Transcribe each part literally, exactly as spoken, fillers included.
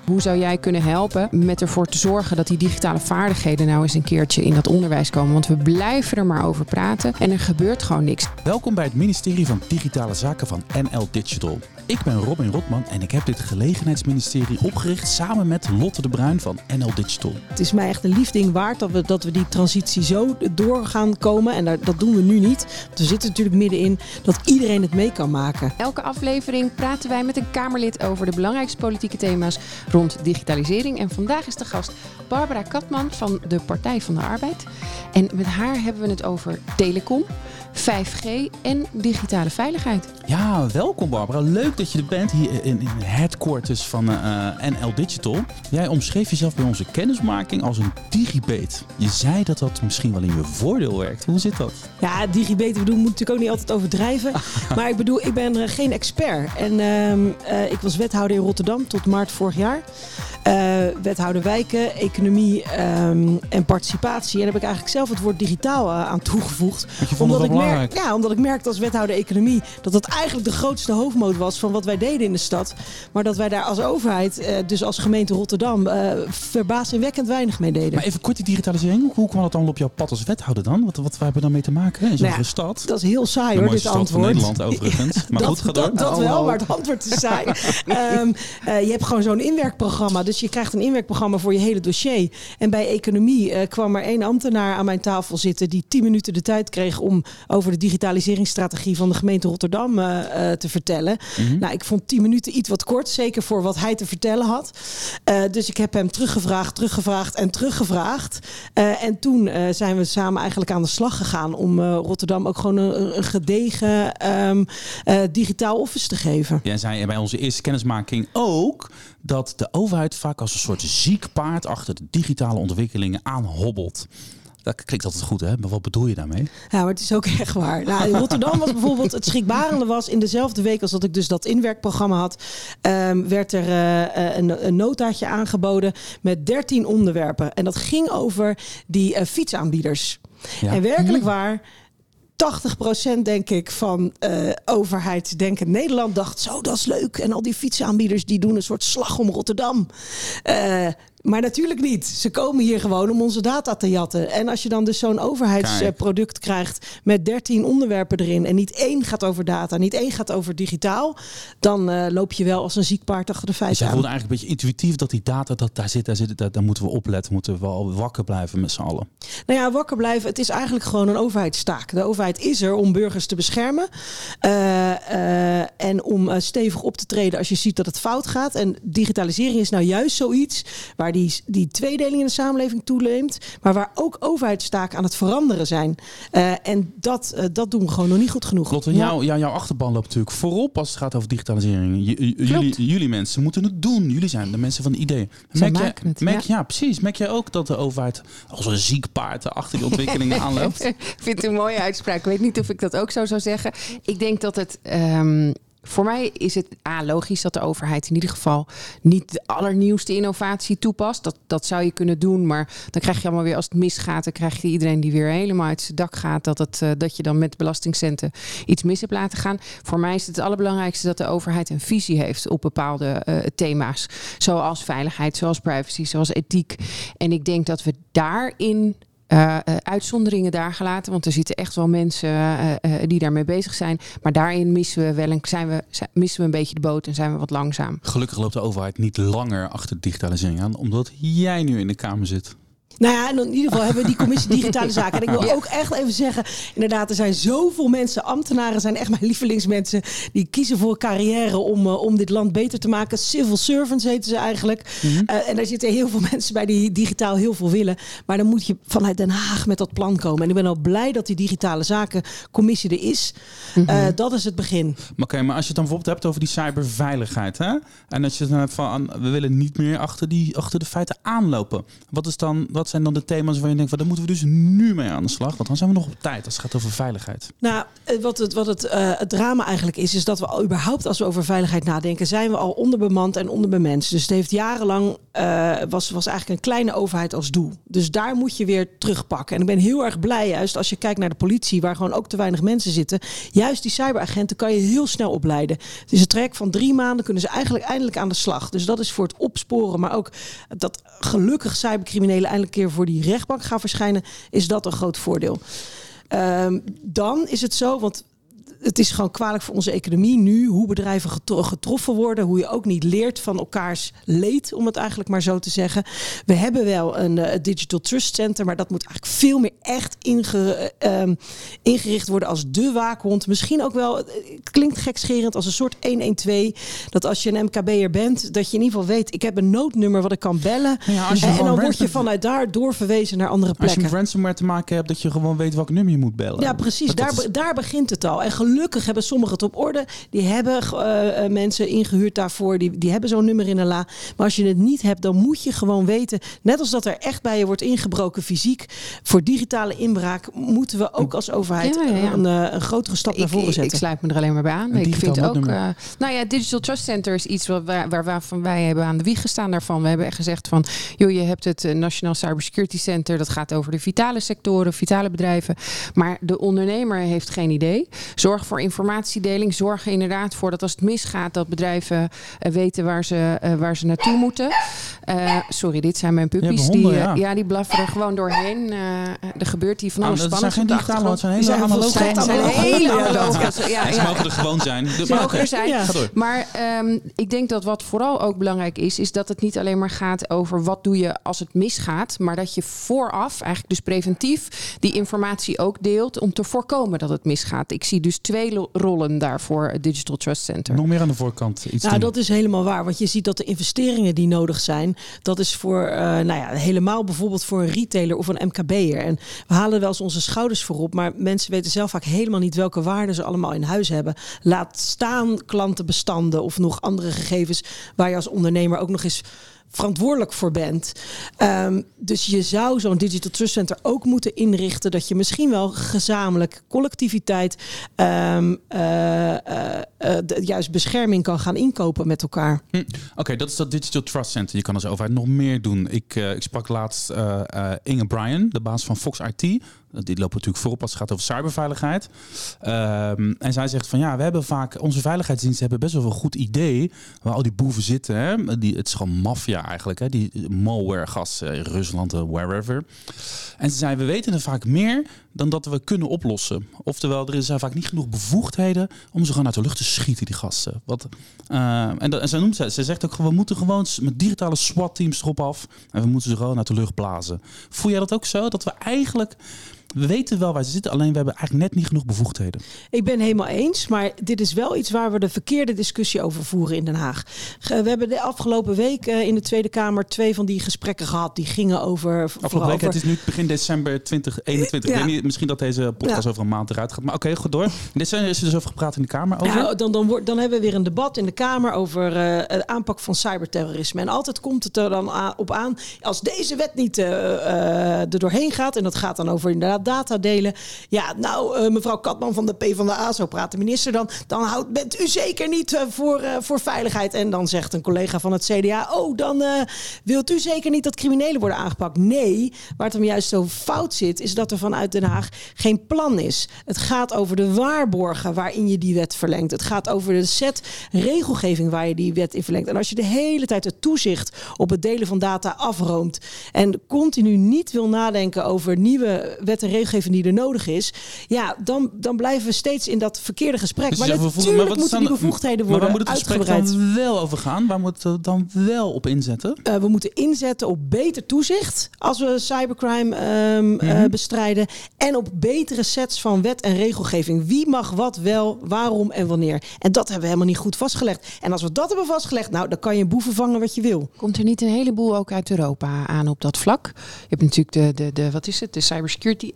Hoe zou jij kunnen helpen met ervoor te zorgen dat die digitale vaardigheden nou eens een keertje in dat onderwijs komen? Want we blijven er maar over praten en er gebeurt gewoon niks. Welkom bij het ministerie van Digitale Zaken van N L Digital. Ik ben Robin Rotman en ik heb dit gelegenheidsministerie opgericht samen met Lotte de Bruin van N L Digital. Het is mij echt een liefding waard dat we, dat we die transitie zo door gaan komen. En dat, dat doen we nu niet. Want we zitten natuurlijk middenin dat iedereen het mee kan maken. Elke aflevering praten wij met een Kamerlid over de belangrijkste politieke thema's rond digitalisering. En vandaag is de gast Barbara Katman van de Partij van de Arbeid. En met haar hebben we het over telecom, vijf G en digitale veiligheid. Ja, welkom Barbara. Leuk dat je er bent hier in, in de headquarters van uh, N L Digital. Jij omschreef jezelf bij onze kennismaking als een digibate. Je zei dat dat misschien wel in je voordeel werkt. Hoe zit dat? Ja, digibate, we doen, moet natuurlijk ook niet altijd overdrijven. Maar ik bedoel, ik ben uh, geen expert. En uh, uh, ik was wethouder in Rotterdam tot maart vorig jaar. Uh, wethouder wijken, economie um, en participatie. En daar heb ik eigenlijk zelf het woord digitaal uh, aan toegevoegd. Omdat ik, merk, ja, omdat ik merkte als wethouder economie dat dat eigenlijk de grootste hoofdmoot was van wat wij deden in de stad. Maar dat wij daar als overheid, uh, dus als gemeente Rotterdam, uh, verbazingwekkend weinig mee deden. Maar even kort die digitalisering. Hoe kwam dat dan op jouw pad als wethouder dan? Wat, wat hebben we dan mee te maken in zo'n nou ja, stad? Dat is heel saai de hoor, dit stad antwoord. Van Nederland overigens. Maar dat, goed, ga door. Dat, dat wel, maar het antwoord is saai. um, uh, je hebt gewoon zo'n inwerkprogramma. Dus je krijgt een inwerkprogramma voor je hele dossier. En bij economie uh, kwam er één ambtenaar aan mijn tafel zitten die tien minuten de tijd kreeg om over de digitaliseringsstrategie van de gemeente Rotterdam uh, uh, te vertellen. Mm-hmm. Nou, ik vond tien minuten iets wat kort, zeker voor wat hij te vertellen had. Uh, dus ik heb hem teruggevraagd, teruggevraagd en teruggevraagd. Uh, en toen uh, zijn we samen eigenlijk aan de slag gegaan om uh, Rotterdam ook gewoon een, een gedegen um, uh, digitaal office te geven. Jij zei bij onze eerste kennismaking ook dat de overheid vaak als een soort ziek paard achter de digitale ontwikkelingen aanhobbelt. Dat klinkt altijd goed, hè? Maar wat bedoel je daarmee? Ja, maar het is ook echt waar. Nou, in Rotterdam was bijvoorbeeld het schrikbarende was in dezelfde week als dat ik dus dat inwerkprogramma had, um, werd er uh, een, een notaatje aangeboden met dertien onderwerpen. En dat ging over die uh, fietsaanbieders. Ja. En werkelijk waar, tachtig procent denk ik van uh, overheidsdenken Nederland dacht zo, dat is leuk. En al die fietsaanbieders die doen een soort slag om Rotterdam. Uh, Maar natuurlijk niet. Ze komen hier gewoon om onze data te jatten. En als je dan dus zo'n overheidsproduct krijgt met dertien onderwerpen erin en niet één gaat over data, niet één gaat over digitaal, dan uh, loop je wel als een ziek paard achter de feiten dus aan. Je voelt eigenlijk een beetje intuïtief dat die data, dat daar zit, daar zit, daar, daar moeten we opletten, moeten we wel wakker blijven met z'n allen. Nou ja, wakker blijven. Het is eigenlijk gewoon een overheidstaak. De overheid is er om burgers te beschermen uh, uh, en om uh, stevig op te treden als je ziet dat het fout gaat. En digitalisering is nou juist zoiets waar die, die tweedeling in de samenleving toeneemt, maar waar ook overheidstaken aan het veranderen zijn. Uh, en dat, uh, dat doen we gewoon nog niet goed genoeg. Lotte, ja. jou, jou, jouw achterban loopt natuurlijk voorop als het gaat over digitalisering. J- j- jullie, jullie mensen moeten het doen. Jullie zijn de mensen van de ideeën. Merk jij, het, merk, ja. ja, precies. Merk jij ook dat de overheid als een ziek paard achter die ontwikkelingen aanloopt? Ik vind het een mooie uitspraak. Ik weet niet of ik dat ook zo zou zeggen. Ik denk dat het Um, Voor mij is het ah, logisch dat de overheid in ieder geval niet de allernieuwste innovatie toepast. Dat, dat zou je kunnen doen, maar dan krijg je allemaal weer, als het misgaat, dan krijg je iedereen die weer helemaal uit zijn dak gaat, dat, het, uh, dat je dan met belastingcenten iets mis hebt laten gaan. Voor mij is het het allerbelangrijkste dat de overheid een visie heeft op bepaalde uh, thema's. Zoals veiligheid, zoals privacy, zoals ethiek. En ik denk dat we daarin Uh, uh, uitzonderingen daar gelaten, want er zitten echt wel mensen uh, uh, die daarmee bezig zijn. Maar daarin missen we wel een, zijn we, zijn, missen we een beetje de boot en zijn we wat langzaam. Gelukkig loopt de overheid niet langer achter de digitalisering aan, omdat jij nu in de Kamer zit. Nou ja, en in ieder geval hebben we die commissie digitale zaken. En ik wil ja. ook echt even zeggen, inderdaad, er zijn zoveel mensen, ambtenaren zijn echt mijn lievelingsmensen, die kiezen voor een carrière om, uh, om dit land beter te maken. Civil servants heten ze eigenlijk. Mm-hmm. Uh, en daar zitten heel veel mensen bij die digitaal heel veel willen. Maar dan moet je vanuit Den Haag met dat plan komen. En ik ben al blij dat die digitale zakencommissie er is. Mm-hmm. Uh, dat is het begin. Maar oké, okay, maar als je het dan bijvoorbeeld hebt over die cyberveiligheid, hè? En als je het dan hebt van, we willen niet meer achter, die, achter de feiten aanlopen. Wat is dan, wat zijn dan de thema's waar je denkt, van, daar moeten we dus nu mee aan de slag? Want dan zijn we nog op tijd als het gaat over veiligheid. Nou, wat het, wat het, uh, het drama eigenlijk is, is dat we al überhaupt, als we over veiligheid nadenken, zijn we al onderbemand en onderbemenst. Dus het heeft jarenlang uh, was, was eigenlijk een kleine overheid als doel. Dus daar moet je weer terugpakken. En ik ben heel erg blij, juist als je kijkt naar de politie, waar gewoon ook te weinig mensen zitten. Juist die cyberagenten kan je heel snel opleiden. Het is een traject van drie maanden, kunnen ze eigenlijk eindelijk aan de slag. Dus dat is voor het opsporen, maar ook dat gelukkig cybercriminelen eindelijk een keer voor die rechtbank gaan verschijnen, is dat een groot voordeel. Um, dan is het zo, want het is gewoon kwalijk voor onze economie nu, hoe bedrijven getro- getroffen worden, hoe je ook niet leert van elkaars leed, om het eigenlijk maar zo te zeggen. We hebben wel een uh, Digital Trust Center, maar dat moet eigenlijk veel meer echt inge, um, ingericht worden als de waakhond. Misschien ook wel, het klinkt gekscherend, als een soort honderdtwaalf. Dat als je een M K B'er bent, dat je in ieder geval weet, ik heb een noodnummer wat ik kan bellen. Ja, en, en dan word je vanuit daar doorverwezen naar andere plekken. Als je met ransomware te maken hebt, dat je gewoon weet welk nummer je moet bellen. Ja, precies. Dat, daar, dat is... daar begint het al. En gelukkig hebben sommigen het op orde. Die hebben uh, mensen ingehuurd daarvoor. Die, die hebben zo'n nummer in een la. Maar als je het niet hebt, dan moet je gewoon weten. Net als dat er echt bij je wordt ingebroken fysiek. Voor digitale inbraak moeten we ook als overheid ja, ja, ja. Een, een, een grotere stap ik, naar voren zetten. Ik, ik sluit me er alleen maar bij aan. Ik vind ook... Uh, nou ja, Digital Trust Center is iets waar, waar, waarvan wij hebben aan de wieg gestaan daarvan. We hebben echt gezegd van, joh, je hebt het Nationaal Cybersecurity Center. Dat gaat over de vitale sectoren, vitale bedrijven. Maar de ondernemer heeft geen idee. Zorg voor informatiedeling. Zorg er inderdaad voor dat als het misgaat, dat bedrijven uh, weten waar ze, uh, waar ze naartoe moeten. Uh, sorry, dit zijn mijn puppies. Honden, die, uh, ja. ja, die blaffen er gewoon doorheen. Uh, er gebeurt hier van alles ah, spannends. Het zijn geen digitale, het zijn hele analoge. Het zijn hele analoge. Ja, ja, ja. Ze mogen er gewoon zijn. Ze maar, mogen er zijn. Ja. Maar um, ik denk dat wat vooral ook belangrijk is, is dat het niet alleen maar gaat over wat doe je als het misgaat, maar dat je vooraf, eigenlijk dus preventief, die informatie ook deelt om te voorkomen dat het misgaat. Ik zie dus twee lo- rollen daarvoor, het Digital Trust Center. Nog meer aan de voorkant iets Nou, doen. dat is helemaal waar. Want je ziet dat de investeringen die nodig zijn, dat is voor, uh, nou ja, helemaal bijvoorbeeld voor een retailer of een M K B'er. En we halen wel eens onze schouders voorop, maar mensen weten zelf vaak helemaal niet welke waarden ze allemaal in huis hebben. Laat staan klantenbestanden of nog andere gegevens waar je als ondernemer ook nog eens verantwoordelijk voor bent. Um, dus je zou zo'n Digital Trust Center ook moeten inrichten dat je misschien wel gezamenlijk collectiviteit um, uh, uh, uh, de, juist bescherming kan gaan inkopen met elkaar. Hm. Oké, okay, dat is dat Digital Trust Center. Je kan als overheid nog meer doen. Ik, uh, ik sprak laatst uh, uh, Inge Bryan, de baas van Fox I T. Die lopen natuurlijk voorop als het gaat over cyberveiligheid. Um, en zij zegt van ja, we hebben vaak, onze veiligheidsdiensten hebben best wel een goed idee waar al die boeven zitten. Hè? Die, het is gewoon maffia eigenlijk. Hè? Die malware gas in Rusland, wherever. En ze zei, we weten er vaak meer dan dat we kunnen oplossen. Oftewel, er zijn vaak niet genoeg bevoegdheden om ze gewoon uit de lucht te schieten, die gasten. Wat, uh, en, dat, en ze noemt ze, ze zegt ook, we moeten gewoon met digitale SWAT-teams erop af en we moeten ze gewoon uit de lucht blazen. Voel jij dat ook zo? Dat we eigenlijk... We weten wel waar ze zitten, alleen we hebben eigenlijk net niet genoeg bevoegdheden. Ik ben helemaal eens, maar dit is wel iets waar we de verkeerde discussie over voeren in Den Haag. We hebben de afgelopen week in de Tweede Kamer twee van die gesprekken gehad. Die gingen over... Afgelopen week, over... het is nu begin december twintig eenentwintig. Ja. Ik weet niet, misschien dat deze podcast ja. over een maand eruit gaat. Maar oké, goed door. In december is er dus over gepraat in de Kamer. Over? Nou, dan, dan, wordt, dan hebben we weer een debat in de Kamer over uh, het aanpak van cyberterrorisme. En altijd komt het er dan a- op aan, als deze wet niet uh, uh, er doorheen gaat, en dat gaat dan over inderdaad data delen. Ja, nou, uh, mevrouw Katman van de PvdA, zo praat de minister dan. Dan houdt, bent u zeker niet uh, voor, uh, voor veiligheid. En dan zegt een collega van het C D A, oh, dan uh, wilt u zeker niet dat criminelen worden aangepakt. Nee, waar het hem juist zo fout zit, is dat er vanuit Den Haag geen plan is. Het gaat over de waarborgen waarin je die wet verlengt. Het gaat over de set regelgeving waar je die wet in verlengt. En als je de hele tijd het toezicht op het delen van data afroomt en continu niet wil nadenken over nieuwe wet en regelgeving die er nodig is, ja, dan, dan blijven we steeds in dat verkeerde gesprek. Dus maar natuurlijk voelen, maar moeten dan, die bevoegdheden worden maar waar moet het uitgebreid. Dan wel over gaan? Waar moeten we dan wel op inzetten? Uh, we moeten inzetten op beter toezicht als we cybercrime um, mm-hmm. uh, bestrijden en op betere sets van wet en regelgeving. Wie mag wat wel, waarom en wanneer? En dat hebben we helemaal niet goed vastgelegd. En als we dat hebben vastgelegd, nou, dan kan je boeven vangen wat je wil. Komt er niet een heleboel ook uit Europa aan op dat vlak? Je hebt natuurlijk de, de, de wat is het, de Cybersecurity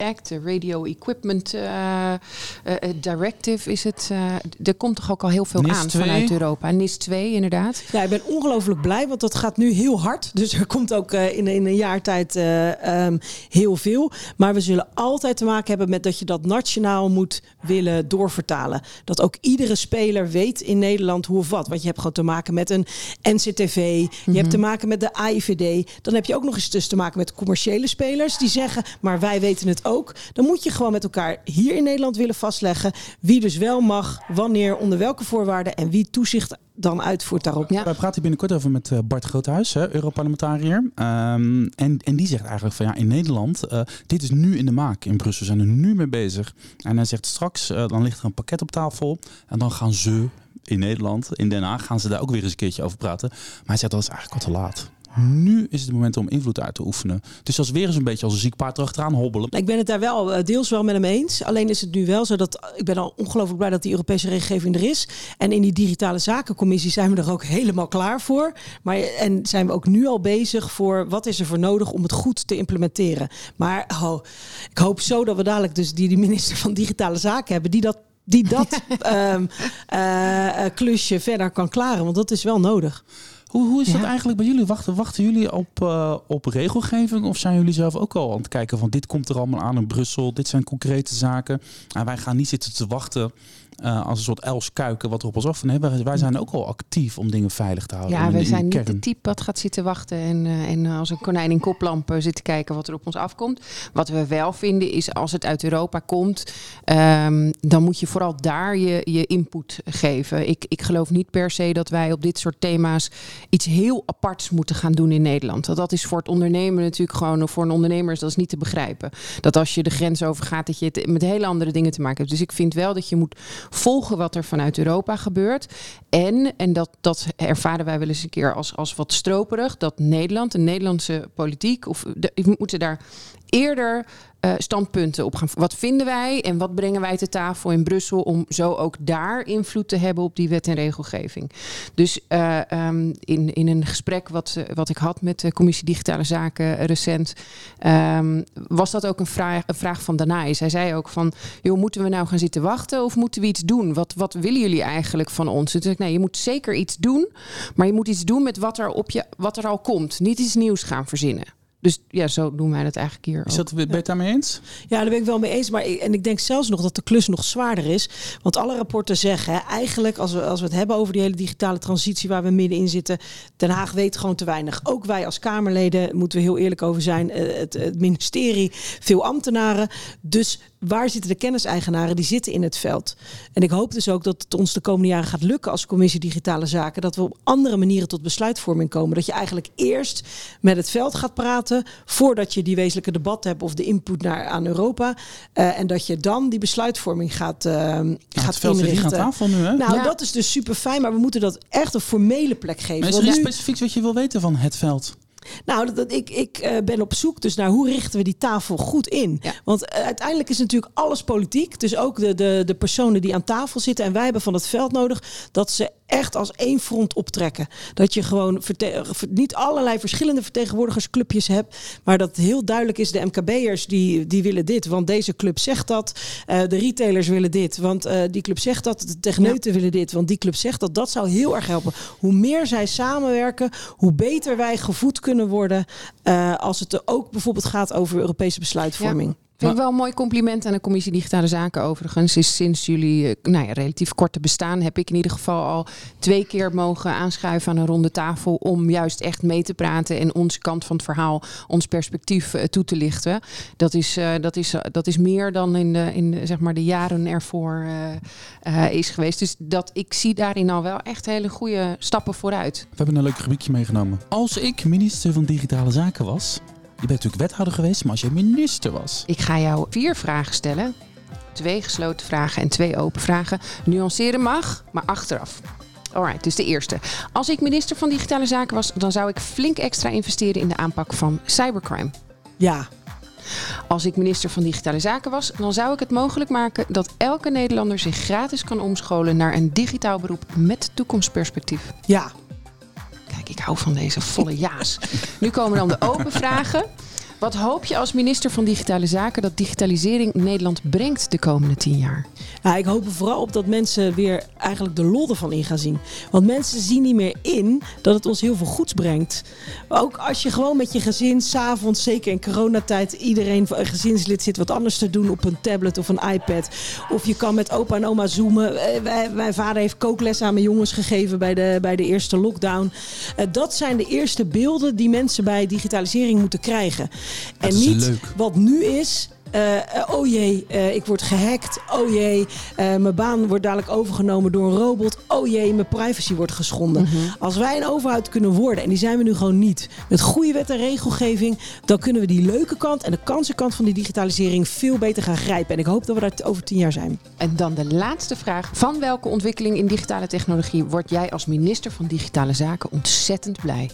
Act, de Radio Equipment uh, uh, Directive is het. Uh, er komt toch ook al heel veel N I S aan twee. Vanuit Europa. N I S twee, inderdaad. Ja, ik ben ongelooflijk blij, want dat gaat nu heel hard. Dus er komt ook uh, in, in een jaar tijd uh, um, heel veel. Maar we zullen altijd te maken hebben met dat je dat nationaal moet willen doorvertalen. Dat ook iedere speler weet in Nederland hoe of wat. Want je hebt gewoon te maken met een N C T V. Je Mm-hmm. hebt te maken met de A I V D. Dan heb je ook nog eens dus te maken met commerciële spelers die zeggen, maar wij weten het ook. Dan moet je gewoon met elkaar hier in Nederland willen vastleggen wie dus wel mag, wanneer, onder welke voorwaarden en wie toezicht dan uitvoert daarop. Ja. Wij praten binnenkort over met uh, Bart Groothuis, hè, Europarlementariër. Um, en, en die zegt eigenlijk van ja, in Nederland, uh, dit is nu in de maak in Brussel. We zijn er nu mee bezig. En hij zegt straks, uh, dan ligt er een pakket op tafel. En dan gaan ze in Nederland, in Den Haag, gaan ze daar ook weer eens een keertje over praten. Maar hij zegt dat is eigenlijk al te laat. Nu is het moment om invloed uit te oefenen. Dus dat is weer eens een beetje als een ziek paard erachteraan hobbelen. Ik ben het daar wel deels wel met hem eens. Alleen is het nu wel zo dat ik ben al ongelooflijk blij dat die Europese regelgeving er is. En in die digitale zakencommissie zijn we er ook helemaal klaar voor. Maar en zijn we ook nu al bezig voor wat is er voor nodig om het goed te implementeren. Maar oh, ik hoop zo dat we dadelijk dus die, die minister van Digitale Zaken hebben die dat die dat um, uh, klusje verder kan klaren. Want dat is wel nodig. Hoe, hoe is Ja. dat eigenlijk bij jullie? Wachten, wachten jullie op, uh, op regelgeving? Of zijn jullie zelf ook al aan het kijken van dit komt er allemaal aan in Brussel. Dit zijn concrete zaken. En wij gaan niet zitten te wachten uh, als een soort elskuiken wat er op ons af. Nee, wij, wij zijn ook al actief om dingen veilig te houden. Ja, in, we in zijn de niet kern. de type wat gaat zitten wachten en, uh, en als een konijn in koplamp uh, zitten kijken wat er op ons afkomt. Wat we wel vinden is als het uit Europa komt, um, dan moet je vooral daar je, je input geven. Ik, ik geloof niet per se dat wij op dit soort thema's iets heel aparts moeten gaan doen in Nederland. Want dat is voor het ondernemen natuurlijk gewoon, voor een ondernemer is dat is niet te begrijpen. Dat als je de grens overgaat, dat je het met hele andere dingen te maken hebt. Dus ik vind wel dat je moet volgen wat er vanuit Europa gebeurt. En, en dat, dat ervaren wij wel eens een keer als, als wat stroperig, dat Nederland, de Nederlandse politiek, of de, we moeten daar eerder uh, standpunten op gaan. Wat vinden wij en wat brengen wij te tafel in Brussel om zo ook daar invloed te hebben op die wet en regelgeving. Dus uh, um, in, in een gesprek wat, uh, wat ik had met de Commissie Digitale Zaken uh, recent, um, was dat ook een vraag, een vraag van Danae. Zij zei ook van, joh, moeten we nou gaan zitten wachten of moeten we iets doen? Wat, wat willen jullie eigenlijk van ons? Toen zei ik, nee, je moet zeker iets doen, maar je moet iets doen met wat er, op je, wat er al komt. Niet iets nieuws gaan verzinnen. Dus ja, zo doen wij dat eigenlijk hier Is ook. dat, ben je het daarmee eens? Ja, daar ben ik wel mee eens. Maar ik, en ik denk zelfs nog dat de klus nog zwaarder is. Want alle rapporten zeggen, hè, eigenlijk als we, als we het hebben over die hele digitale transitie waar we middenin zitten, Den Haag weet gewoon te weinig. Ook wij als Kamerleden, moeten we heel eerlijk over zijn, het, het ministerie, veel ambtenaren. Dus waar zitten de kenniseigenaren? Die zitten in het veld. En ik hoop dus ook dat het ons de komende jaren gaat lukken als Commissie Digitale Zaken, dat we op andere manieren tot besluitvorming komen. Dat je eigenlijk eerst met het veld gaat praten voordat je die wezenlijke debat hebt of de input naar, aan Europa. Uh, en dat je dan die besluitvorming gaat, uh, Nou, gaat het veld inrichten. ligt aan tafel nu, hè? Nou, Ja. dat is dus super fijn, maar we moeten dat echt een formele plek geven. Maar is er Want iets nu- specifieks wat je wil weten van het veld? Nou, dat, dat, ik, ik uh, ben op zoek dus naar hoe richten we die tafel goed in. Ja. Want uh, uiteindelijk is natuurlijk alles politiek. Dus ook de, de, de personen die aan tafel zitten. En wij hebben van het veld nodig dat ze echt als één front optrekken. Dat je gewoon verte- niet allerlei verschillende vertegenwoordigersclubjes hebt. Maar dat het heel duidelijk is, de M K B'ers die, die willen dit. Want deze club zegt dat. Uh, de retailers willen dit. Want uh, die club zegt dat. De techneuten ja. willen dit. Want die club zegt dat. Dat zou heel erg helpen. Hoe meer zij samenwerken, hoe beter wij gevoed kunnen worden. Uh, als het er ook bijvoorbeeld gaat over Europese besluitvorming. Ja. Vind ik wel een mooi compliment aan de Commissie Digitale Zaken overigens. Is sinds jullie nou ja, relatief korte bestaan heb ik in ieder geval al twee keer mogen aanschuiven aan een ronde tafel om juist echt mee te praten en onze kant van het verhaal, ons perspectief uh, toe te lichten. Dat is, uh, dat is, uh, dat is meer dan in de, in de, zeg maar de jaren ervoor uh, uh, is geweest. Dus dat, ik zie daarin al wel echt hele goede stappen vooruit. We hebben een leuk rubriekje meegenomen. Als ik minister van Digitale Zaken was. Je bent natuurlijk wethouder geweest, maar als je minister was. Ik ga jou vier vragen stellen. Twee gesloten vragen en twee open vragen. Nuanceren mag, maar achteraf. Alright, dus de eerste. Als ik minister van Digitale Zaken was, dan zou ik flink extra investeren in de aanpak van cybercrime. Ja. Als ik minister van Digitale Zaken was, dan zou ik het mogelijk maken dat elke Nederlander zich gratis kan omscholen naar een digitaal beroep met toekomstperspectief. Ja. Kijk, ik hou van deze volle ja's. Nu komen dan de open vragen. Wat hoop je als minister van Digitale Zaken dat digitalisering Nederland brengt de komende tien jaar? Nou, ik hoop er vooral op dat mensen weer eigenlijk de lol ervan in gaan zien. Want mensen zien niet meer in dat het ons heel veel goeds brengt. Ook als je gewoon met je gezin, 's avonds, zeker in coronatijd, iedereen, een gezinslid zit wat anders te doen op een tablet of een iPad. Of je kan met opa en oma zoomen. Wij, mijn vader heeft kookles aan mijn jongens gegeven bij de, bij de eerste lockdown. Uh, dat zijn de eerste beelden die mensen bij digitalisering moeten krijgen. Dat en is niet leuk. wat nu is. Uh, oh jee, uh, ik word gehackt. Oh jee, uh, mijn baan wordt dadelijk overgenomen door een robot. Oh jee, mijn privacy wordt geschonden. Mm-hmm. Als wij een overheid kunnen worden, en die zijn we nu gewoon niet, met goede wet en regelgeving, dan kunnen we die leuke kant en de kansenkant van die digitalisering veel beter gaan grijpen. En ik hoop dat we daar over tien jaar zijn. En dan de laatste vraag. Van welke ontwikkeling in digitale technologie word jij als minister van Digitale Zaken ontzettend blij?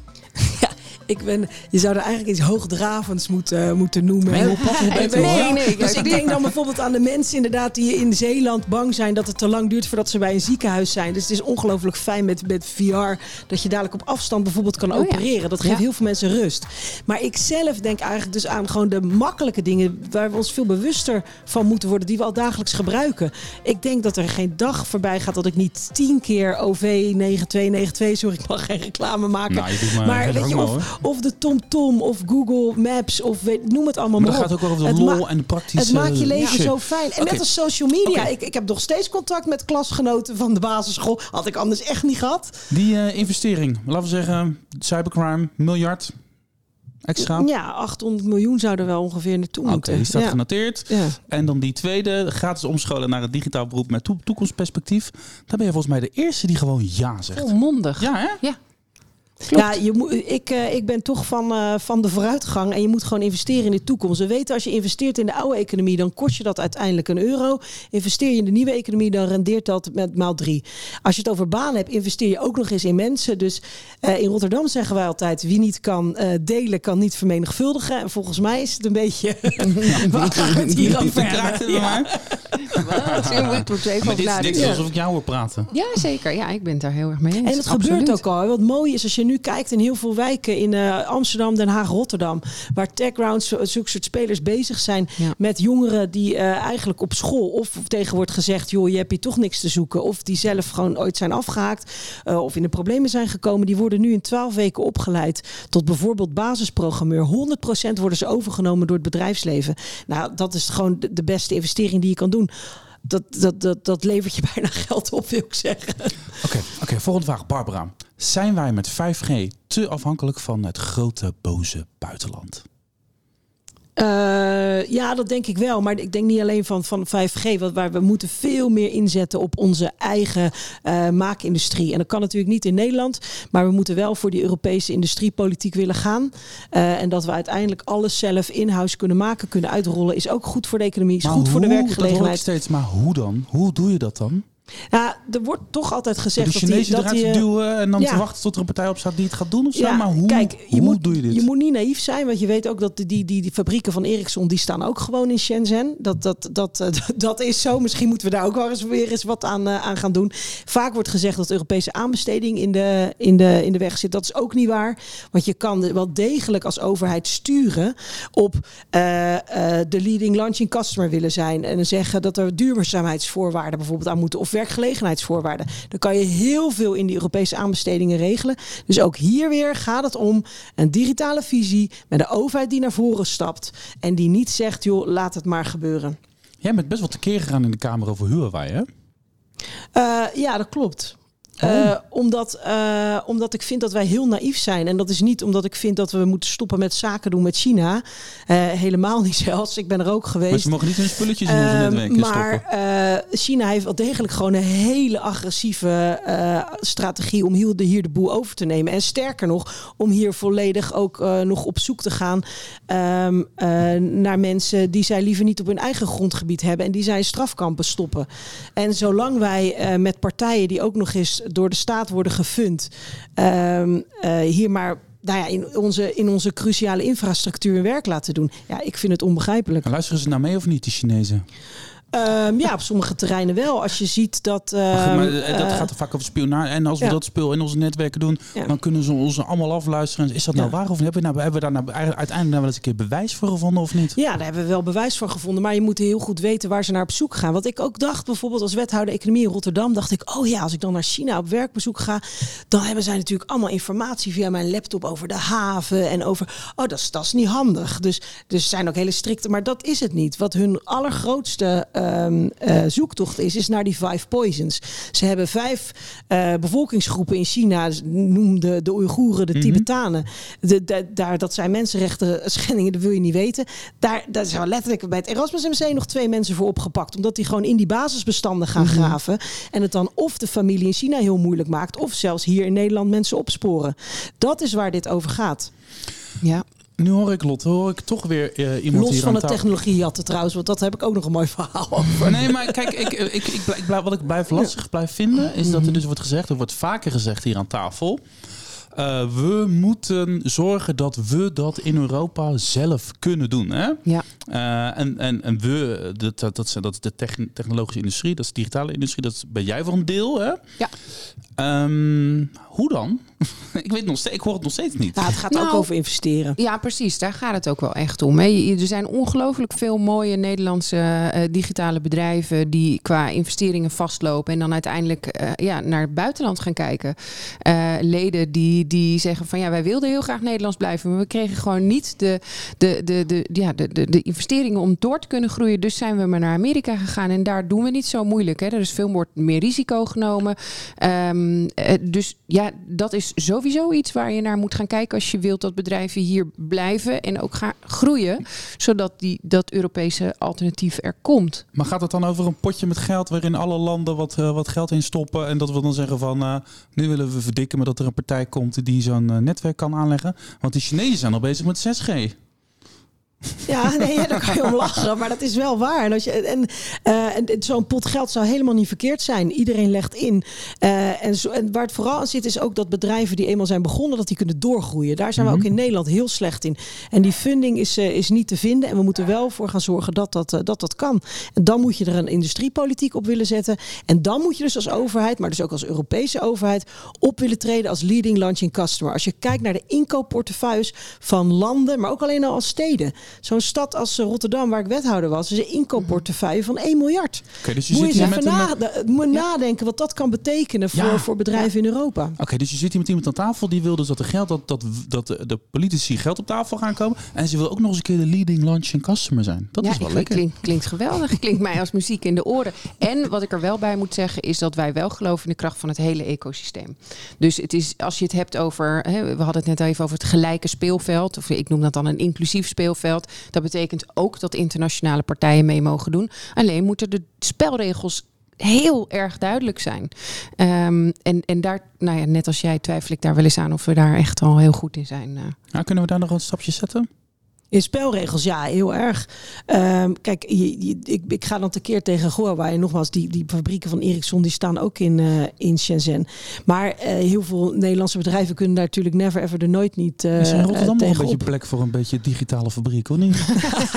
Ja. Ik ben, je zou er eigenlijk iets hoogdravends moeten, moeten noemen. Nee, hoe plat, hoe beter, nee, hoor. nee, dus ik denk dan bijvoorbeeld aan de mensen inderdaad die in Zeeland bang zijn dat het te lang duurt voordat ze bij een ziekenhuis zijn. Dus het is ongelooflijk fijn met, met V R dat je dadelijk op afstand bijvoorbeeld kan oh, opereren. Ja. Dat geeft ja. heel veel mensen rust. Maar ik zelf denk eigenlijk dus aan gewoon de makkelijke dingen waar we ons veel bewuster van moeten worden, die we al dagelijks gebruiken. Ik denk dat er geen dag voorbij gaat dat ik niet tien keer O V negen twee negen twee, sorry, ik mag geen reclame maken. Nou, je doet maar, maar weet je, of, of de TomTom of Google Maps of weet, noem het allemaal maar, maar op. Dat gaat ook over de het lol ma- en de praktische... Het maakt je leven ja. zo fijn. En okay. net als social media. Okay. Ik, ik heb nog steeds contact met klasgenoten van de basisschool. Had ik anders echt niet gehad. Die uh, investering, laten we zeggen, cybercrime, miljard extra. Ja, achthonderd miljoen zou er wel ongeveer naartoe Oké, moeten. die staat ja. genoteerd. Ja. En dan die tweede, gratis omscholen naar het digitaal beroep met to- toekomstperspectief. Daar ben je volgens mij de eerste die gewoon ja zegt. Volmondig. Ja, hè? Ja. Klopt. Ja, je moet, ik, uh, ik ben toch van, uh, van de vooruitgang en je moet gewoon investeren in de toekomst. We weten, als je investeert in de oude economie, dan kost je dat uiteindelijk een euro. Investeer je in de nieuwe economie, dan rendeert dat met maal drie. Als je het over banen hebt, investeer je ook nog eens in mensen. Dus uh, in Rotterdam zeggen wij altijd, wie niet kan uh, delen, kan niet vermenigvuldigen. En volgens mij is het een beetje... Waar gaan we het hier over hebben? Ja. Ik moet even Maar dit is nadenken. niks alsof ik jou hoor praten. Ja, zeker. Ja, ik ben het daar heel erg mee eens. En het Absoluut. gebeurt ook al. Wat mooi is als je nu kijkt in heel veel wijken in uh, Amsterdam, Den Haag, Rotterdam, waar TechRounds, zulke soort spelers bezig zijn Ja. met jongeren die uh, eigenlijk op school of tegen wordt gezegd, joh, je hebt hier toch niks te zoeken. Of die zelf gewoon ooit zijn afgehaakt uh, of in de problemen zijn gekomen. Die worden nu in twaalf weken opgeleid tot bijvoorbeeld basisprogrammeur. honderd procent worden ze overgenomen door het bedrijfsleven. Nou, dat is gewoon de, de beste investering die je kan doen. Dat, dat, dat, dat levert je bijna geld op, wil ik zeggen. Oké, okay, okay, volgende vraag. Barbara. Zijn wij met vijf G te afhankelijk van het grote, boze buitenland? Uh, ja, dat denk ik wel. Maar ik denk niet alleen van, van vijf G. Want waar we moeten veel meer inzetten op onze eigen uh, maakindustrie. En dat kan natuurlijk niet in Nederland. Maar we moeten wel voor die Europese industriepolitiek willen gaan. Uh, en dat we uiteindelijk alles zelf in-house kunnen maken, kunnen uitrollen. Is ook goed voor de economie. Is maar goed hoe, voor de dat hoor werkgelegenheid. ik steeds. Maar hoe dan? Hoe doe je dat dan? Ja, er wordt toch altijd gezegd de dat die... Chinezen dat eruit die, te duwen en dan ja. te wachten tot er een partij op staat die het gaat doen of zo. Ja, maar hoe, kijk, je hoe moet, doe je dit? Je moet niet naïef zijn, want je weet ook dat die, die, die, die fabrieken van Ericsson, die staan ook gewoon in Shenzhen. Dat, dat, dat, uh, dat is zo. Misschien moeten we daar ook wel eens weer eens wat aan, uh, aan gaan doen. Vaak wordt gezegd dat de Europese aanbesteding in de, in, de, in de weg zit. Dat is ook niet waar. Want je kan wel degelijk als overheid sturen op uh, uh, de leading launching customer willen zijn. En dan zeggen dat er duurzaamheidsvoorwaarden bijvoorbeeld aan moeten of werkgelegenheidsvoorwaarden. Dan kan je heel veel in die Europese aanbestedingen regelen. Dus ook hier weer gaat het om een digitale visie met een overheid die naar voren stapt en die niet zegt, joh, laat het maar gebeuren. Jij bent best wel tekeer gegaan in de Kamer over Huawei, hè? Uh, ja, dat klopt. Oh. Uh, omdat, uh, omdat ik vind dat wij heel naïef zijn. En dat is niet omdat ik vind dat we moeten stoppen met zaken doen met China. Uh, helemaal niet zelfs. Ik ben er ook geweest. Maar ze mogen niet hun spulletjes in onze uh, netwerken maar stoppen. Uh, China heeft wel degelijk gewoon een hele agressieve uh, strategie om hier de, hier de boel over te nemen. En sterker nog, om hier volledig ook uh, nog op zoek te gaan um, uh, naar mensen die zij liever niet op hun eigen grondgebied hebben. En die zij in strafkampen stoppen. En zolang wij uh, met partijen die ook nog eens door de staat worden gefund, um, uh, hier maar nou ja, in, onze, in onze cruciale infrastructuur werk laten doen. Ja, ik vind het onbegrijpelijk. En luisteren ze nou mee of niet, die Chinezen? Um, ja, op sommige terreinen wel. Als je ziet dat... Uh, maar, maar, uh, dat uh, gaat er vaak over spionage. En als we ja. dat spul in onze netwerken doen, ja. dan kunnen ze ons allemaal afluisteren. Is dat nou ja. waar of niet? Hebben we, nou, hebben we daar nou uiteindelijk nou wel eens een keer bewijs voor gevonden of niet? Ja, daar hebben we wel bewijs voor gevonden. Maar je moet heel goed weten waar ze naar op zoek gaan. Wat ik ook dacht, bijvoorbeeld als wethouder economie in Rotterdam, dacht ik, oh ja, als ik dan naar China op werkbezoek ga, dan hebben zij natuurlijk allemaal informatie via mijn laptop over de haven en over, oh, dat is, dat is niet handig. Dus, dus zijn ook hele strikte, maar dat is het niet. Wat hun allergrootste um, uh, zoektocht is, is naar die five poisons. Ze hebben vijf uh, bevolkingsgroepen in China, noem de, de Oeigoeren, de mm-hmm. Tibetanen. De, de, daar, dat zijn mensenrechten schendingen, dat wil je niet weten. Daar, daar zijn letterlijk bij het Erasmus M C nog twee mensen voor opgepakt, omdat die gewoon in die basisbestanden gaan mm-hmm. graven en het dan of de familie in China heel moeilijk maakt, of zelfs hier in Nederland mensen opsporen. Dat is waar dit over gaat. Ja. Nu hoor ik, Lotte, hoor ik toch weer uh, iemand Los hier van aan de technologie jatten trouwens, want dat heb ik ook nog een mooi verhaal over. Nee, maar kijk, ik, ik, ik, ik blijf, wat ik blijf lastig blijf vinden, is dat er dus wordt gezegd, er wordt vaker gezegd hier aan tafel, Uh, we moeten zorgen dat we dat in Europa zelf kunnen doen. Hè? Ja. Uh, en, en, en we, dat, dat, dat, dat is de technologische industrie, dat is de digitale industrie, dat ben jij voor een deel. Hè? Ja. Um, hoe dan? ik, weet nog steeds, ik hoor het nog steeds niet. Ja, het gaat nou, ook over investeren. Ja, precies. Daar gaat het ook wel echt om. Hè. Er zijn ongelooflijk veel mooie Nederlandse uh, digitale bedrijven die qua investeringen vastlopen en dan uiteindelijk uh, ja, naar het buitenland gaan kijken. Uh, leden die, die zeggen van ja, wij wilden heel graag Nederlands blijven, maar we kregen gewoon niet de, de, de, de, ja, de, de, de investeringen om door te kunnen groeien. Dus zijn we maar naar Amerika gegaan en daar doen we niet zo moeilijk. Hè. Er is veel meer risico genomen. Um, uh, dus ja, dat is sowieso iets waar je naar moet gaan kijken als je wilt dat bedrijven hier blijven en ook gaan groeien, zodat die, dat Europese alternatief er komt. Maar gaat het dan over een potje met geld waarin alle landen wat, uh, wat geld in stoppen en dat we dan zeggen van uh, nu willen we verdikken, maar dat er een partij komt die zo'n uh, netwerk kan aanleggen? Want de Chinezen zijn al bezig met zes G. Ja, nee, ja, daar kan je om lachen, maar dat is wel waar. En, als je, en, uh, en zo'n pot geld zou helemaal niet verkeerd zijn. Iedereen legt in. Uh, en, zo, en waar het vooral aan zit is ook dat bedrijven die eenmaal zijn begonnen, dat die kunnen doorgroeien. Daar zijn mm-hmm. we ook in Nederland heel slecht in. En die funding is, uh, is niet te vinden. En we moeten wel voor gaan zorgen dat dat, uh, dat dat kan. En dan moet je er een industriepolitiek op willen zetten. En dan moet je dus als overheid, maar dus ook als Europese overheid, op willen treden als leading launching customer. Als je kijkt naar de inkoopportefeuilles van landen, maar ook alleen al als steden. Zo'n stad als Rotterdam, waar ik wethouder was, is een inkoopportefeuille van één miljard. Okay, dus je moet je eens even na- een... moet nadenken wat dat kan betekenen voor, ja. voor bedrijven ja. in Europa. Oké, okay, dus je zit hier met iemand aan tafel die wil dus dat, er geld, dat, dat, dat de politici geld op tafel gaan komen. En ze wil ook nog eens een keer de leading launching customer zijn. Dat ja, is wel klink, lekker. Klinkt, klinkt geweldig. Klinkt mij als muziek in de oren. En wat ik er wel bij moet zeggen is dat wij wel geloven in de kracht van het hele ecosysteem. Dus het is, als je het hebt over, hè, we hadden het net even over het gelijke speelveld. Of ik noem dat dan een inclusief speelveld. Dat betekent ook dat internationale partijen mee mogen doen. Alleen moeten de spelregels heel erg duidelijk zijn. Um, en, en daar, nou ja, net als jij twijfel ik daar wel eens aan of we daar echt al heel goed in zijn. Uh. Ja, kunnen we daar nog een stapje zetten? In spelregels, ja, heel erg. Um, kijk, je, je, ik, ik ga dan tekeer tegen Huawei. Nogmaals, die, die fabrieken van Ericsson die staan ook in, uh, in Shenzhen. Maar uh, heel veel Nederlandse bedrijven kunnen daar natuurlijk never ever de nooit niet uh, Is in Rotterdam nog een beetje op. plek voor een beetje digitale fabriek, of niet?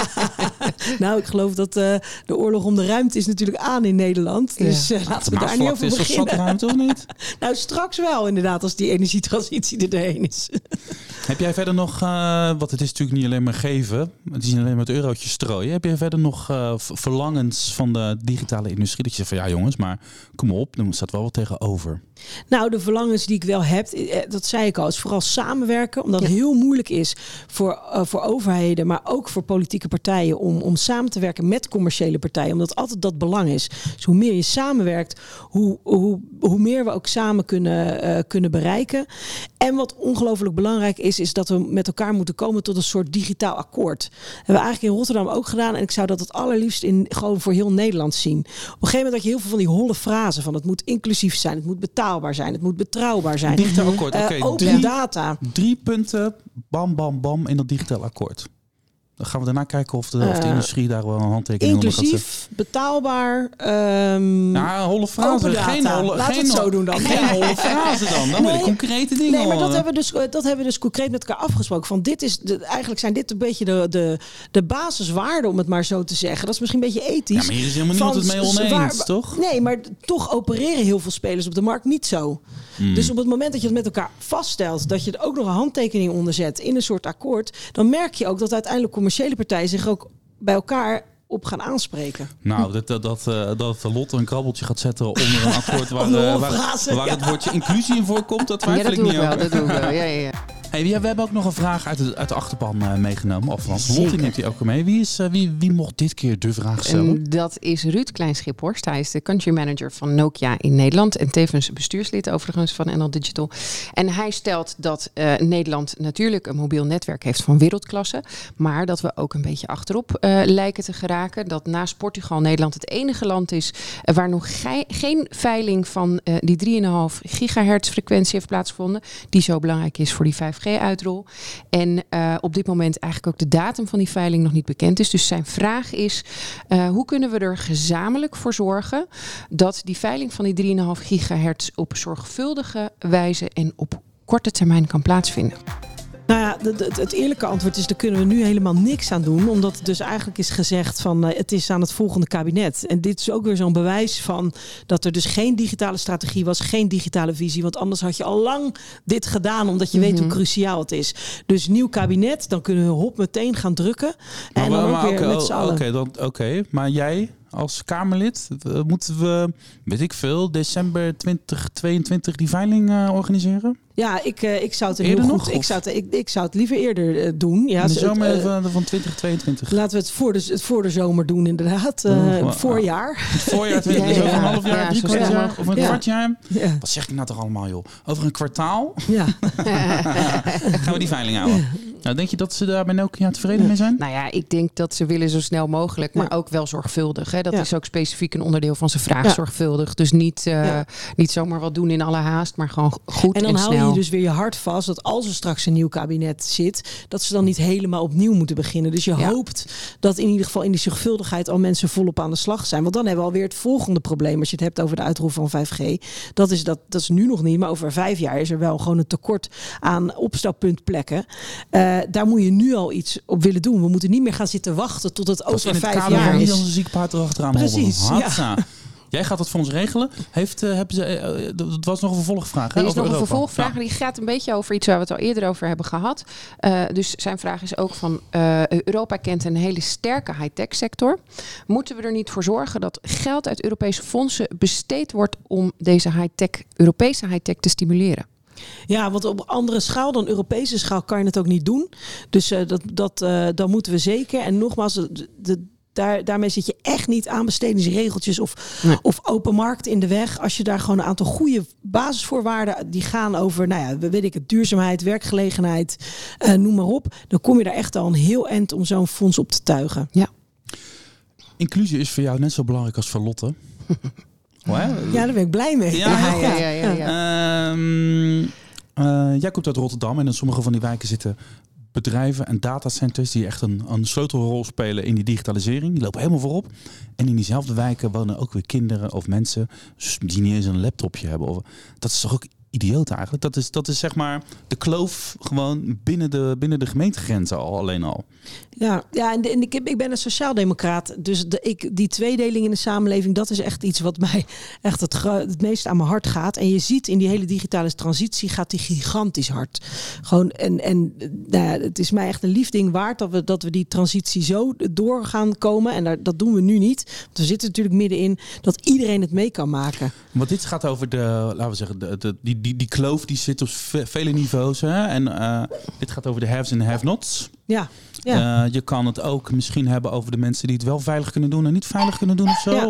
Nou, ik geloof dat uh, de oorlog om de ruimte is natuurlijk aan in Nederland. Dus uh, ja. laten we daar niet over is beginnen. Is ruimte of niet? Nou, straks wel inderdaad, als die energietransitie er doorheen is. Heb jij verder nog, uh, want het is natuurlijk niet alleen maar geven, het is niet alleen maar het eurotje strooien. Heb je verder nog uh, verlangens van de digitale industrie? Dat je zegt van ja jongens, maar kom op, er staat wel wat tegenover. Nou, de verlangens die ik wel heb, dat zei ik al, is vooral samenwerken. Omdat het ja. heel moeilijk is voor, uh, voor overheden, maar ook voor politieke partijen om, om samen te werken met commerciële partijen. Omdat altijd dat belang is. Dus hoe meer je samenwerkt, hoe, hoe, hoe meer we ook samen kunnen, uh, kunnen bereiken. En wat ongelooflijk belangrijk is, is dat we met elkaar moeten komen tot een soort digitaal akkoord. Dat hebben we eigenlijk in Rotterdam ook gedaan. En ik zou dat het allerliefst in, gewoon voor heel Nederland zien. Op een gegeven moment had je heel veel van die holle frasen van het moet inclusief zijn, het moet betaalbaar zijn, het moet betrouwbaar zijn. Digitaal akkoord, oké. Uh, open drie, data. Drie punten, bam, bam, bam in dat digitaal akkoord. Dan gaan we daarna kijken of de, of de Uh, industrie daar wel een handtekening onder gaat zetten. Inclusief, betaalbaar. Um, Ja, holle frazen. Geen holle, Laten geen, we het zo doen dan. Geen holle frazen dan. Dan wil ik Nee. concrete dingen Nee, maar dat horen. hebben, we dus, dat hebben we dus concreet met elkaar afgesproken. Van dit is de, eigenlijk zijn dit een beetje de, de, de basiswaarden, om het maar zo te zeggen. Dat is misschien een beetje ethisch. Ja, maar hier is helemaal niemand het mee oneens, waar, toch? Nee, maar toch opereren heel veel spelers op de markt niet zo. Hmm. Dus op het moment dat je het met elkaar vaststelt, dat je er ook nog een handtekening onder zet in een soort akkoord, dan merk je ook dat uiteindelijk commerciële partijen zich ook bij elkaar op gaan aanspreken. Nou, dat, dat, dat, uh, dat Lotte een krabbeltje gaat zetten onder een akkoord waar, Onder uh, een waar, frase, waar ja. het woordje inclusie in voorkomt, dat Ja, twijfel dat ik doe niet ik wel. over. Dat doe ik wel. Ja, ja, ja. Hey, we hebben ook nog een vraag uit de, uit de achterban uh, meegenomen. Of althans, Zeker. Lotte neemt die ook mee. Wie, is, uh, wie, wie mocht dit keer de vraag stellen? En dat is Ruud Klein-Schiphorst. Hij is de country manager van Nokia in Nederland. En tevens bestuurslid overigens van N L Digital. En hij stelt dat uh, Nederland natuurlijk een mobiel netwerk heeft van wereldklasse. Maar dat we ook een beetje achterop uh, lijken te geraken. Dat naast Portugal Nederland het enige land is uh, waar nog ge- geen veiling van uh, die drie komma vijf gigahertz frequentie heeft plaatsgevonden. Die zo belangrijk is voor die vijf G-uitrol. En uh, op dit moment eigenlijk ook de datum van die veiling nog niet bekend is. Dus zijn vraag is, uh, hoe kunnen we er gezamenlijk voor zorgen dat die veiling van die drie komma vijf gigahertz op zorgvuldige wijze en op korte termijn kan plaatsvinden? Nou ja, het, het, het eerlijke antwoord is, daar kunnen we nu helemaal niks aan doen. Omdat het dus eigenlijk is gezegd van uh, het is aan het volgende kabinet. En dit is ook weer zo'n bewijs van dat er dus geen digitale strategie was, geen digitale visie. Want anders had je al lang dit gedaan, omdat je mm-hmm. weet hoe cruciaal het is. Dus nieuw kabinet, dan kunnen we hop meteen gaan drukken. Maar, en dan maar, ook maar, weer okay, met z'n allen. Oké, okay, okay. Maar jij als Kamerlid, uh, moeten we, weet ik veel, december twintig tweeëntwintig die veiling uh, organiseren? Ja, ik, uh, ik zou het eerder heel nog, goed. Ik zou, het, ik, ik zou het liever eerder uh, doen. Ja, in de zomer het, uh, van twintig tweeëntwintig. Laten we het voor de, het voor de zomer doen, inderdaad. Uh, oh, voorjaar. Het voorjaar, twintig, ja, ja, ja. Dus over een half jaar, ja, drie kwart jaar of een ja. kwart jaar. Ja. Wat zeg ik nou toch allemaal, joh? Over een kwartaal ja. gaan we die veiling houden. Ja. Nou, denk je dat ze daar bij Nokia tevreden ja. mee zijn? Nou ja, ik denk dat ze willen zo snel mogelijk, maar ja. ook wel zorgvuldig. Hè? Dat ja. is ook specifiek een onderdeel van zijn vraag, ja. zorgvuldig. Dus niet, uh, ja. niet zomaar wat doen in alle haast, maar gewoon goed en, en dan snel. hou je dus weer je hart vast dat als er straks een nieuw kabinet zit, dat ze dan niet helemaal opnieuw moeten beginnen. Dus je ja. hoopt dat in ieder geval in die zorgvuldigheid al mensen volop aan de slag zijn. Want dan hebben we alweer het volgende probleem als je het hebt over de uitrol van vijf G. Dat is, dat, dat is nu nog niet, maar over vijf jaar is er wel gewoon een tekort aan opstappuntplekken. Uh, daar moet je nu al iets op willen doen. We moeten niet meer gaan zitten wachten tot het over vijf jaar is. Niet als een ziek paard erachteraan. Precies, ja. Jij gaat dat voor ons regelen. Heeft, uh, hebben ze, uh, dat was nog een vervolgvraag. Hè, er is over nog Europa. een vervolgvraag. Ja. Die gaat een beetje over iets waar we het al eerder over hebben gehad. Uh, dus zijn vraag is ook van uh, Europa kent een hele sterke high-tech sector. Moeten we er niet voor zorgen dat geld uit Europese fondsen besteed wordt om deze high-tech, Europese high-tech te stimuleren? Ja, want op andere schaal dan Europese schaal kan je het ook niet doen. Dus uh, dat, dat, uh, dan moeten we zeker. En nogmaals, de, de Daar, daarmee zit je echt niet aan bestedingsregeltjes of, nee. of open markt in de weg. Als je daar gewoon een aantal goede basisvoorwaarden die gaan over, nou ja, weet ik het, duurzaamheid, werkgelegenheid, uh, noem maar op. Dan kom je daar echt al een heel eind om zo'n fonds op te tuigen. Ja. Inclusie is voor jou net zo belangrijk als voor Lotte. Wow. Ja, daar ben ik blij mee. Ja, ja, ja, ja, ja, ja. Um, uh, jij komt uit Rotterdam en in sommige van die wijken zitten bedrijven en datacenters die echt een, een sleutelrol spelen in die digitalisering. Die lopen helemaal voorop. En in diezelfde wijken wonen ook weer kinderen of mensen die niet eens een laptopje hebben. Of, dat is toch ook idioot eigenlijk? Dat is, dat is zeg maar de kloof gewoon binnen de, binnen de gemeentegrenzen al alleen al. Ja, ja en, de, en ik, ik ben een sociaaldemocraat. Dus de, ik, die tweedeling in de samenleving, dat is echt iets wat mij echt het, het meest aan mijn hart gaat. En je ziet in die hele digitale transitie gaat die gigantisch hard. Gewoon, en en nou ja, het is mij echt een lief ding waard dat we, dat we die transitie zo door gaan komen. En daar, dat doen we nu niet. Want we zitten natuurlijk middenin dat iedereen het mee kan maken. Want dit gaat over de, laten we zeggen, de, de, die, die, die kloof die zit op vele niveaus. Hè? En uh, dit gaat over de haves en de have-nots. Ja. Ja. Uh, je kan het ook misschien hebben over de mensen die het wel veilig kunnen doen en niet veilig kunnen doen of zo. Ja. Of...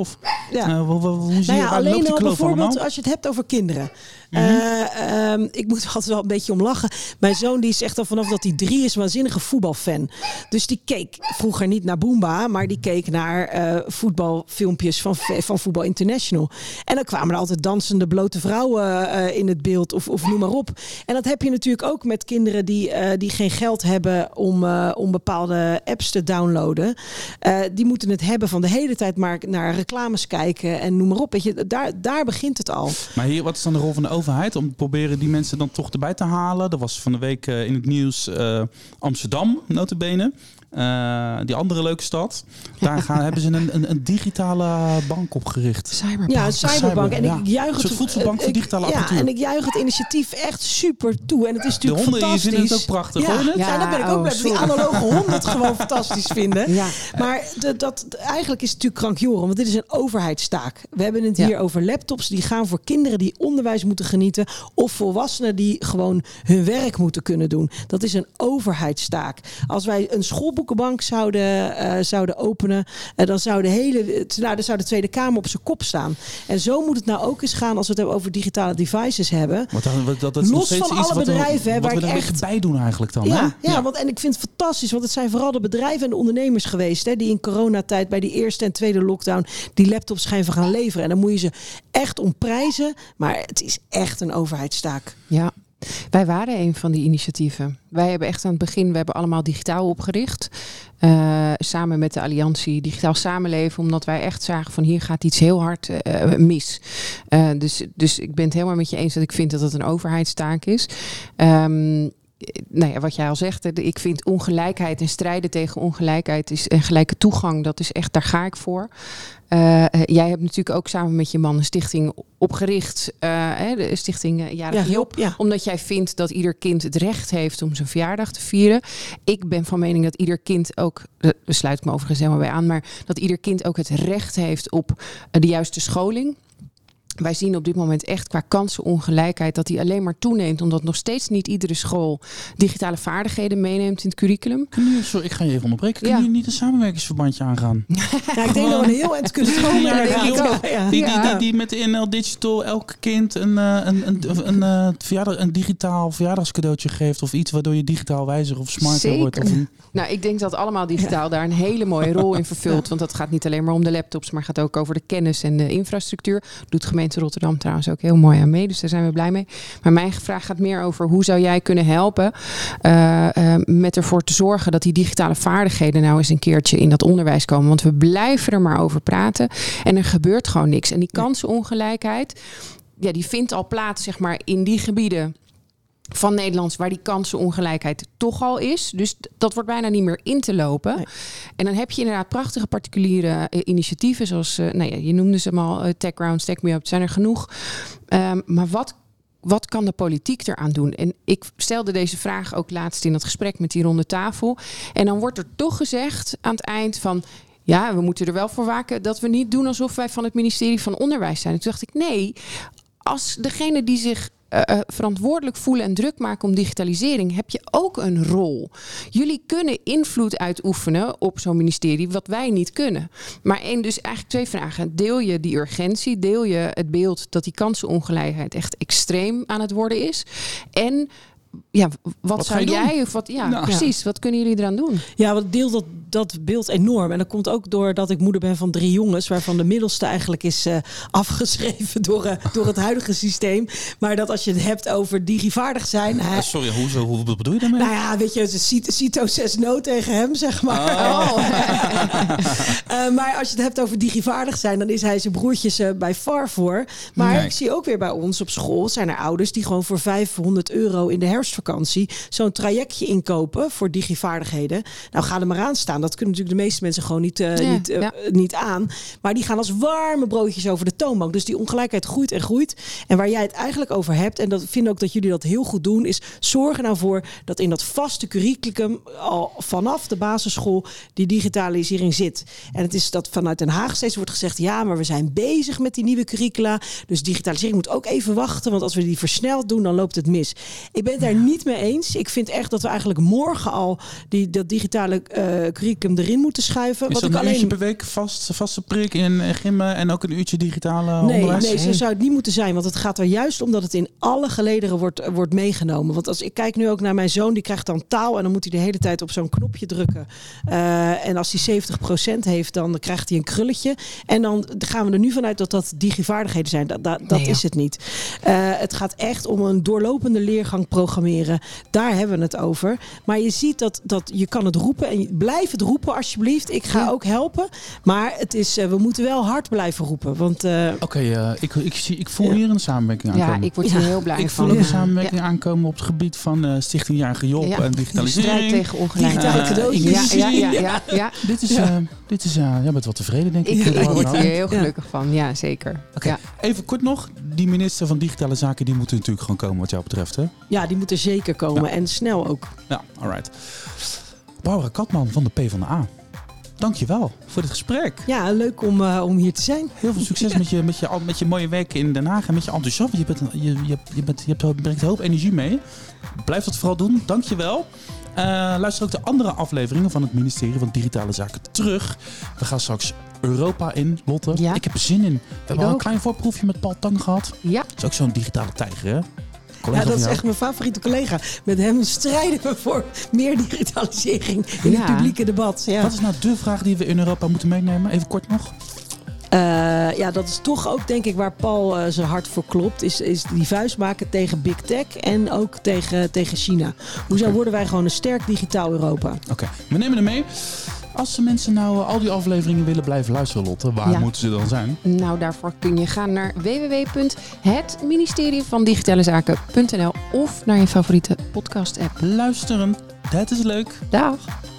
Ja. Uh, hoe, hoe zie je, nou ja, waar loopt alleen die al kloof bijvoorbeeld allemaal? als je het hebt over kinderen. Mm-hmm. Uh, um, ik moet er altijd wel een beetje om lachen. Mijn zoon die is echt al vanaf dat hij drie is een waanzinnige voetbalfan. Dus die keek vroeger niet naar Boomba, maar die keek naar uh, voetbalfilmpjes van, van Voetbal International. En dan kwamen er altijd dansende blote vrouwen uh, in het beeld of, of noem maar op. En dat heb je natuurlijk ook met kinderen die, uh, die geen geld hebben om, uh, om bepaalde apps te downloaden. Uh, die moeten het hebben van de hele tijd maar naar reclames kijken en noem maar op. Weet je, daar, daar begint het al. Maar hier, wat is dan de rol van de overheid om te proberen die mensen dan toch erbij te halen? Er was van de week uh, in het nieuws uh, Amsterdam, nota bene. Uh, die andere leuke stad. Daar gaan, hebben ze een, een, een digitale bank opgericht. Cyberbank. Ja, een cyberbank. En ja. ik juich het. Een soort voedselbank voor digitale ik, apparatuur. Ja, en ik juich het initiatief echt super toe. En het is natuurlijk de honden fantastisch. Die vinden het ook prachtig, ja, hoor je het? ja, daar ben ik ook oh, bij. Die analoge honden het gewoon fantastisch vinden. Ja. Maar de, dat, eigenlijk is het natuurlijk krankjoren. Want dit is een overheidstaak. We hebben het hier ja. over laptops die gaan voor kinderen die onderwijs moeten genieten. Of volwassenen die gewoon hun werk moeten kunnen doen. Dat is een overheidstaak. Als wij een schoolboekenbank zouden Uh, zouden openen, uh, dan zou de hele, nou, dan zou de Tweede Kamer op zijn kop staan. En zo moet het nou ook eens gaan als we het hebben over digitale devices hebben. Wat, dat, dat is Los van alle bedrijven, wat, waar wat ik we er echt bij doen eigenlijk dan. Ja, hè? ja, ja. Want en ik vind het fantastisch, want het zijn vooral de bedrijven en de ondernemers geweest, hè, die in coronatijd bij die eerste en tweede lockdown die laptops schijnen gaan leveren. En dan moet je ze echt om prijzen, maar het is echt een overheidstaak. Ja. Wij waren een van die initiatieven. Wij hebben echt aan het begin, we hebben allemaal digitaal opgericht. Uh, samen met de Alliantie Digitaal Samenleven. Omdat wij echt zagen van hier gaat iets heel hard uh, mis. Uh, dus, dus ik ben het helemaal met je eens dat ik vind dat het een overheidstaak is. Um, Nou ja, wat jij al zegt, ik vind ongelijkheid en strijden tegen ongelijkheid is, en gelijke toegang, dat is echt, daar ga ik voor. Uh, jij hebt natuurlijk ook samen met je man een stichting opgericht, uh, de stichting Jarige ja, Job, ja. omdat jij vindt dat ieder kind het recht heeft om zijn verjaardag te vieren. Ik ben van mening dat ieder kind ook, daar sluit ik me overigens helemaal bij aan, maar dat ieder kind ook het recht heeft op de juiste scholing. Wij zien op dit moment echt qua kansenongelijkheid dat die alleen maar toeneemt, omdat nog steeds niet iedere school digitale vaardigheden meeneemt in het curriculum. Kun je, sorry, ik ga je even onderbreken. Kun ja. je niet een samenwerkingsverbandje aangaan? Ja, ik denk dat we een heel eind kunnen komen. Ja, Ja, die, ja, ja. die, die, die, die met de N L Digital elk kind een, een, een, een, een, verjaardag, een digitaal verjaardagscadeautje geeft of iets waardoor je digitaal wijzer of smarter wordt. Of een... Nou, ik denk dat allemaal digitaal ja. daar een hele mooie rol in vervult. Ja. Want dat gaat niet alleen maar om de laptops, maar gaat ook over de kennis en de infrastructuur. Doet gemeente Rotterdam trouwens ook heel mooi aan mee. Dus daar zijn we blij mee. Maar mijn vraag gaat meer over hoe zou jij kunnen helpen uh, uh, met ervoor te zorgen dat die digitale vaardigheden nou eens een keertje in dat onderwijs komen. Want we blijven er maar over praten en er gebeurt gewoon niks. En die kansenongelijkheid, ja, die vindt al plaats, zeg maar, in die gebieden van Nederlands waar die kansenongelijkheid toch al is. Dus dat wordt bijna niet meer in te lopen. Nee. En dan heb je inderdaad prachtige particuliere uh, initiatieven, zoals, uh, nou ja, je noemde ze al, uh, TechRounds, TechMeUp, het zijn er genoeg. Um, maar wat, wat kan de politiek eraan doen? En ik stelde deze vraag ook laatst in het gesprek met die ronde tafel. En dan wordt er toch gezegd aan het eind van, ja, we moeten er wel voor waken dat we niet doen alsof wij van het ministerie van Onderwijs zijn. En toen dacht ik, nee, als degene die zich Uh, uh, verantwoordelijk voelen en druk maken om digitalisering, heb je ook een rol. Jullie kunnen invloed uitoefenen op zo'n ministerie, wat wij niet kunnen. Maar één, dus eigenlijk twee vragen. Deel je die urgentie? Deel je het beeld dat die kansenongelijkheid echt extreem aan het worden is? En ja, wat, wat zou jij doen? Of wat, ja, nou, precies. Ja. Wat kunnen jullie eraan doen? Ja, wat deelt dat, dat beeld enorm. En dat komt ook doordat ik moeder ben van drie jongens, waarvan de middelste eigenlijk is uh, afgeschreven door, uh, door het huidige systeem. Maar dat als je het hebt over digivaardig zijn. Uh, sorry, hoe, hoe bedoel je daarmee? Nou ja, weet je, Cito zes no tegen hem, zeg maar. Oh. uh, maar als je het hebt over digivaardig zijn, dan is hij zijn broertjes uh, bij far voor. Maar nee. Ik zie ook weer bij ons op school, zijn er ouders die gewoon voor vijfhonderd euro in de herfstvakantie zo'n trajectje inkopen voor digivaardigheden. Nou, ga er maar aan staan. Dat kunnen natuurlijk de meeste mensen gewoon niet, uh, ja, niet, uh, ja. niet aan. Maar die gaan als warme broodjes over de toonbank. Dus die ongelijkheid groeit en groeit. En waar jij het eigenlijk over hebt, en dat vind ook dat jullie dat heel goed doen, is zorg er nou voor dat in dat vaste curriculum al vanaf de basisschool die digitalisering zit. En het is dat vanuit Den Haag steeds wordt gezegd, ja, maar we zijn bezig met die nieuwe curricula. Dus digitalisering moet ook even wachten, want als we die versneld doen, dan loopt het mis. Ik ben het er niet mee eens. Ik vind echt dat we eigenlijk morgen al die, dat digitale uh, curriculum erin moeten schuiven. Is Wat dat ik een alleen... uurtje per week vast, vaste prik in gymmen en ook een uurtje digitale Nee, onderwijs? nee, zo zou het niet moeten zijn. Want het gaat er juist om dat het in alle gelederen wordt, wordt meegenomen. Want als ik kijk nu ook naar mijn zoon, die krijgt dan taal en dan moet hij de hele tijd op zo'n knopje drukken. Uh, en als hij zeventig procent heeft, dan krijgt hij een krulletje. En dan gaan we er nu vanuit dat dat digivaardigheden zijn. Dat, dat, dat Nee, is ja. het niet. Uh, het gaat echt om een doorlopende leergang programmeren. Daar hebben we het over. Maar je ziet dat, dat je kan het roepen. En je, blijf het roepen alsjeblieft. Ik ga Ja. ook helpen. Maar het is, uh, we moeten wel hard blijven roepen. Want uh, Oké, okay, uh, ik, ik, zie, ik voel Ja. hier een samenwerking aankomen. Ja, ik word Ja. hier heel blij Ik van. voel ook een Ja. samenwerking Ja. aankomen op het gebied van uh, Stichting Jarige Job Ja. en De digitalisering. strijd tegen ongelijkheid. Digitale cadeautjes. Ja, ja, ja, ja, ja. Dit is, Ja. uh, dit is uh, jij bent wel tevreden, denk ik. Ik, ik word hier Oké, heel gelukkig van. Ja, zeker. Ja. even kort nog. Die minister van Digitale Zaken, die moet natuurlijk gewoon komen wat jou betreft, hè? ja, die moet er zeker komen. Ja. En snel ook. Ja, alright. Barbara Katman van de PvdA. Dankjewel voor dit gesprek. Ja, leuk om, uh, om hier te zijn. Heel veel succes met, je, met, je, met je mooie werk in Den Haag en met je enthousiasme. Je, bent, een- je, je, je, bent, je hebt, brengt een hoop energie mee. Blijf dat vooral doen. Dankjewel. Uh, luister ook de andere afleveringen van het ministerie van Digitale Zaken terug. We gaan straks Europa in, Lotte. Ja. Ik heb er zin in. We hebben al een ook. klein voorproefje met Paul Tang gehad. Ja. Dat is ook zo'n digitale tijger, hè? Ja, Collega dat van is jou. echt mijn favoriete collega. Met hem strijden we voor meer digitalisering in Ja. het publieke debat. Ja. Wat is nou de vraag die we in Europa moeten meenemen? Even kort nog. Uh, ja, dat is toch ook denk ik waar Paul uh, zijn hart voor klopt. Is, is die vuist maken tegen Big Tech en ook tegen, tegen China. Hoezo Oké. worden wij gewoon een sterk digitaal Europa? Oké, okay. we nemen hem mee. Als de mensen nou uh, al die afleveringen willen blijven luisteren, Lotte, waar Ja. moeten ze dan zijn? Nou, daarvoor kun je gaan naar w w w punt het ministerie van digitale zaken punt n l of naar je favoriete podcast app. Luisteren, dat is leuk. Dag!